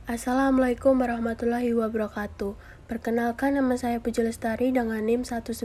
Assalamualaikum warahmatullahi wabarakatuh. Perkenalkan, nama saya Puji Lestari dengan NIM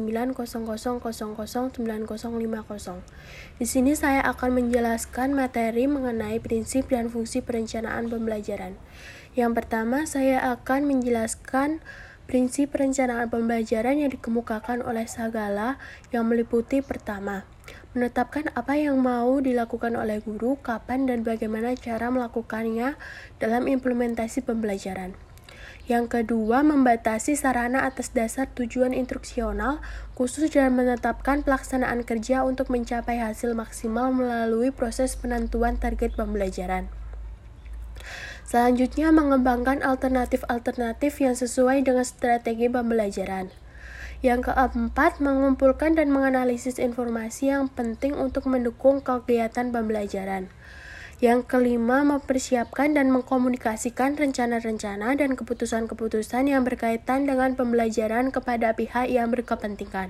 19000009050. Di sini saya akan menjelaskan materi mengenai prinsip dan fungsi perencanaan pembelajaran. Yang pertama, saya akan menjelaskan prinsip perencanaan pembelajaran yang dikemukakan oleh Sagala yang meliputi pertama, menetapkan apa yang mau dilakukan oleh guru, kapan dan bagaimana cara melakukannya dalam implementasi pembelajaran. Yang kedua, membatasi sarana atas dasar tujuan instruksional khusus dan menetapkan pelaksanaan kerja untuk mencapai hasil maksimal melalui proses penentuan target pembelajaran. Selanjutnya, mengembangkan alternatif-alternatif yang sesuai dengan strategi pembelajaran. Yang keempat, mengumpulkan dan menganalisis informasi yang penting untuk mendukung kegiatan pembelajaran. Yang kelima, mempersiapkan dan mengkomunikasikan rencana-rencana dan keputusan-keputusan yang berkaitan dengan pembelajaran kepada pihak yang berkepentingan.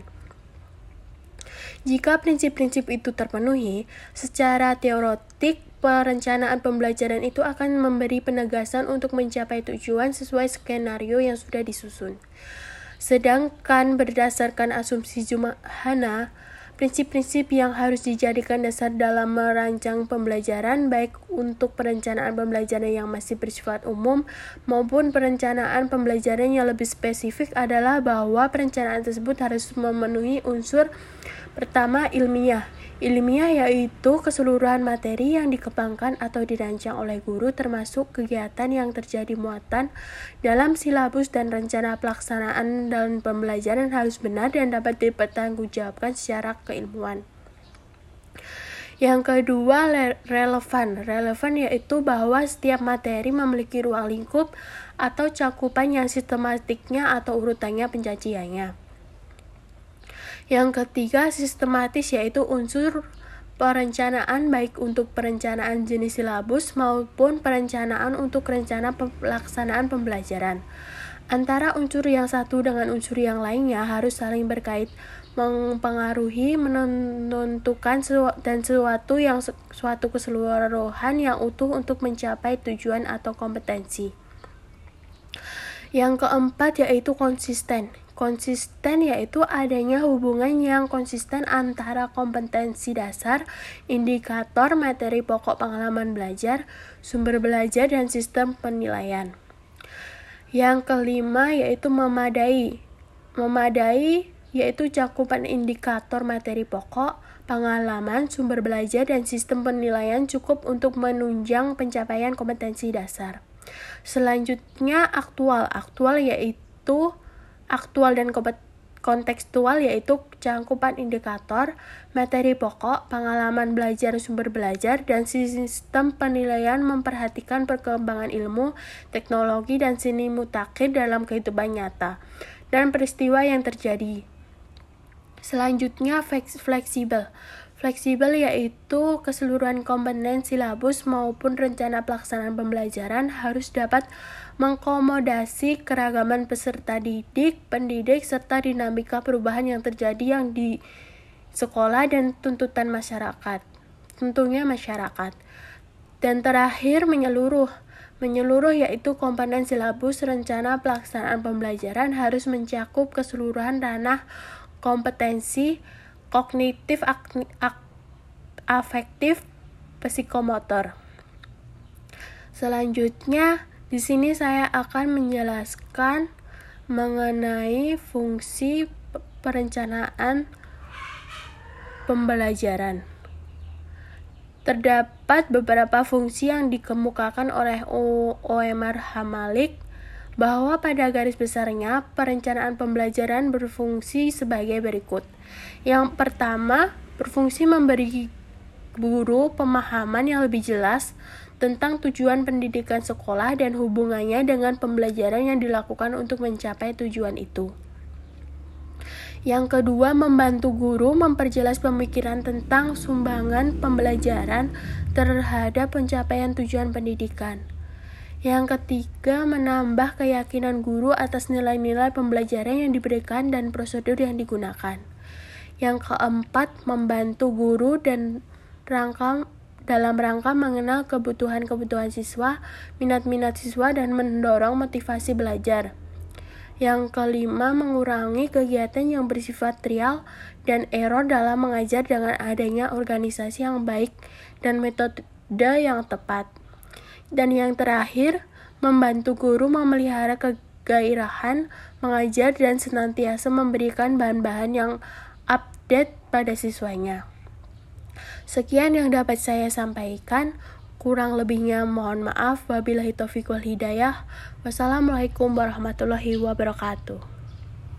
Jika prinsip-prinsip itu terpenuhi, secara teoretik perencanaan pembelajaran itu akan memberi penegasan untuk mencapai tujuan sesuai skenario yang sudah disusun. Sedangkan berdasarkan asumsi Jumhana, prinsip-prinsip yang harus dijadikan dasar dalam merancang pembelajaran baik untuk perencanaan pembelajaran yang masih bersifat umum maupun perencanaan pembelajaran yang lebih spesifik adalah bahwa perencanaan tersebut harus memenuhi unsur pertama, ilmiah. Ilmiah yaitu keseluruhan materi yang dikembangkan atau dirancang oleh guru termasuk kegiatan yang terjadi muatan dalam silabus dan rencana pelaksanaan dalam pembelajaran harus benar dan dapat dipertanggungjawabkan secara keilmuan. Yang kedua, relevan. Relevan yaitu bahwa setiap materi memiliki ruang lingkup atau cakupan yang sistematiknya atau urutannya pencaciannya. Yang ketiga, sistematis yaitu unsur perencanaan baik untuk perencanaan jenis silabus maupun perencanaan untuk rencana pelaksanaan pembelajaran. Antara unsur yang satu dengan unsur yang lainnya harus saling berkait, mempengaruhi, menentukan dan suatu keseluruhan yang utuh untuk mencapai tujuan atau kompetensi. Yang keempat yaitu konsisten. Konsisten yaitu adanya hubungan yang konsisten antara kompetensi dasar, indikator, materi pokok pengalaman belajar, sumber belajar, dan sistem penilaian. Yang kelima yaitu memadai. Memadai yaitu cakupan indikator materi pokok, pengalaman, sumber belajar, dan sistem penilaian cukup untuk menunjang pencapaian kompetensi dasar. Selanjutnya aktual. Aktual dan kontekstual yaitu cakupan indikator, materi pokok, pengalaman belajar, sumber belajar, dan sistem penilaian memperhatikan perkembangan ilmu, teknologi, dan seni mutakhir dalam kehidupan nyata dan peristiwa yang terjadi. Selanjutnya fleksibel. Fleksibel yaitu keseluruhan komponen silabus maupun rencana pelaksanaan pembelajaran harus dapat mengakomodasi keragaman peserta didik, pendidik, serta dinamika perubahan yang terjadi di sekolah dan tuntutan masyarakat. Tentunya masyarakat. Dan terakhir menyeluruh. Menyeluruh yaitu komponen silabus rencana pelaksanaan pembelajaran harus mencakup keseluruhan ranah kompetensi kognitif, afektif, psikomotor. Selanjutnya, di sini saya akan menjelaskan mengenai fungsi perencanaan pembelajaran. Terdapat beberapa fungsi yang dikemukakan oleh Oemar Hamalik bahwa pada garis besarnya perencanaan pembelajaran berfungsi sebagai berikut. Yang pertama, berfungsi memberi guru pemahaman yang lebih jelas tentang tujuan pendidikan sekolah dan hubungannya dengan pembelajaran yang dilakukan untuk mencapai tujuan itu. Yang kedua, membantu guru memperjelas pemikiran tentang sumbangan pembelajaran terhadap pencapaian tujuan pendidikan. Yang ketiga, menambah keyakinan guru atas nilai-nilai pembelajaran yang diberikan dan prosedur yang digunakan. Yang keempat, membantu guru dalam rangka mengenal kebutuhan-kebutuhan siswa, minat-minat siswa, dan mendorong motivasi belajar. Yang kelima, mengurangi kegiatan yang bersifat trial dan error dalam mengajar dengan adanya organisasi yang baik dan metode yang tepat. Dan yang terakhir, membantu guru memelihara kegairahan mengajar dan senantiasa memberikan bahan-bahan yang update pada siswanya. Sekian yang dapat saya sampaikan. Kurang lebihnya mohon maaf. Wabillahi taufiq wal hidayah. Wassalamualaikum warahmatullahi wabarakatuh.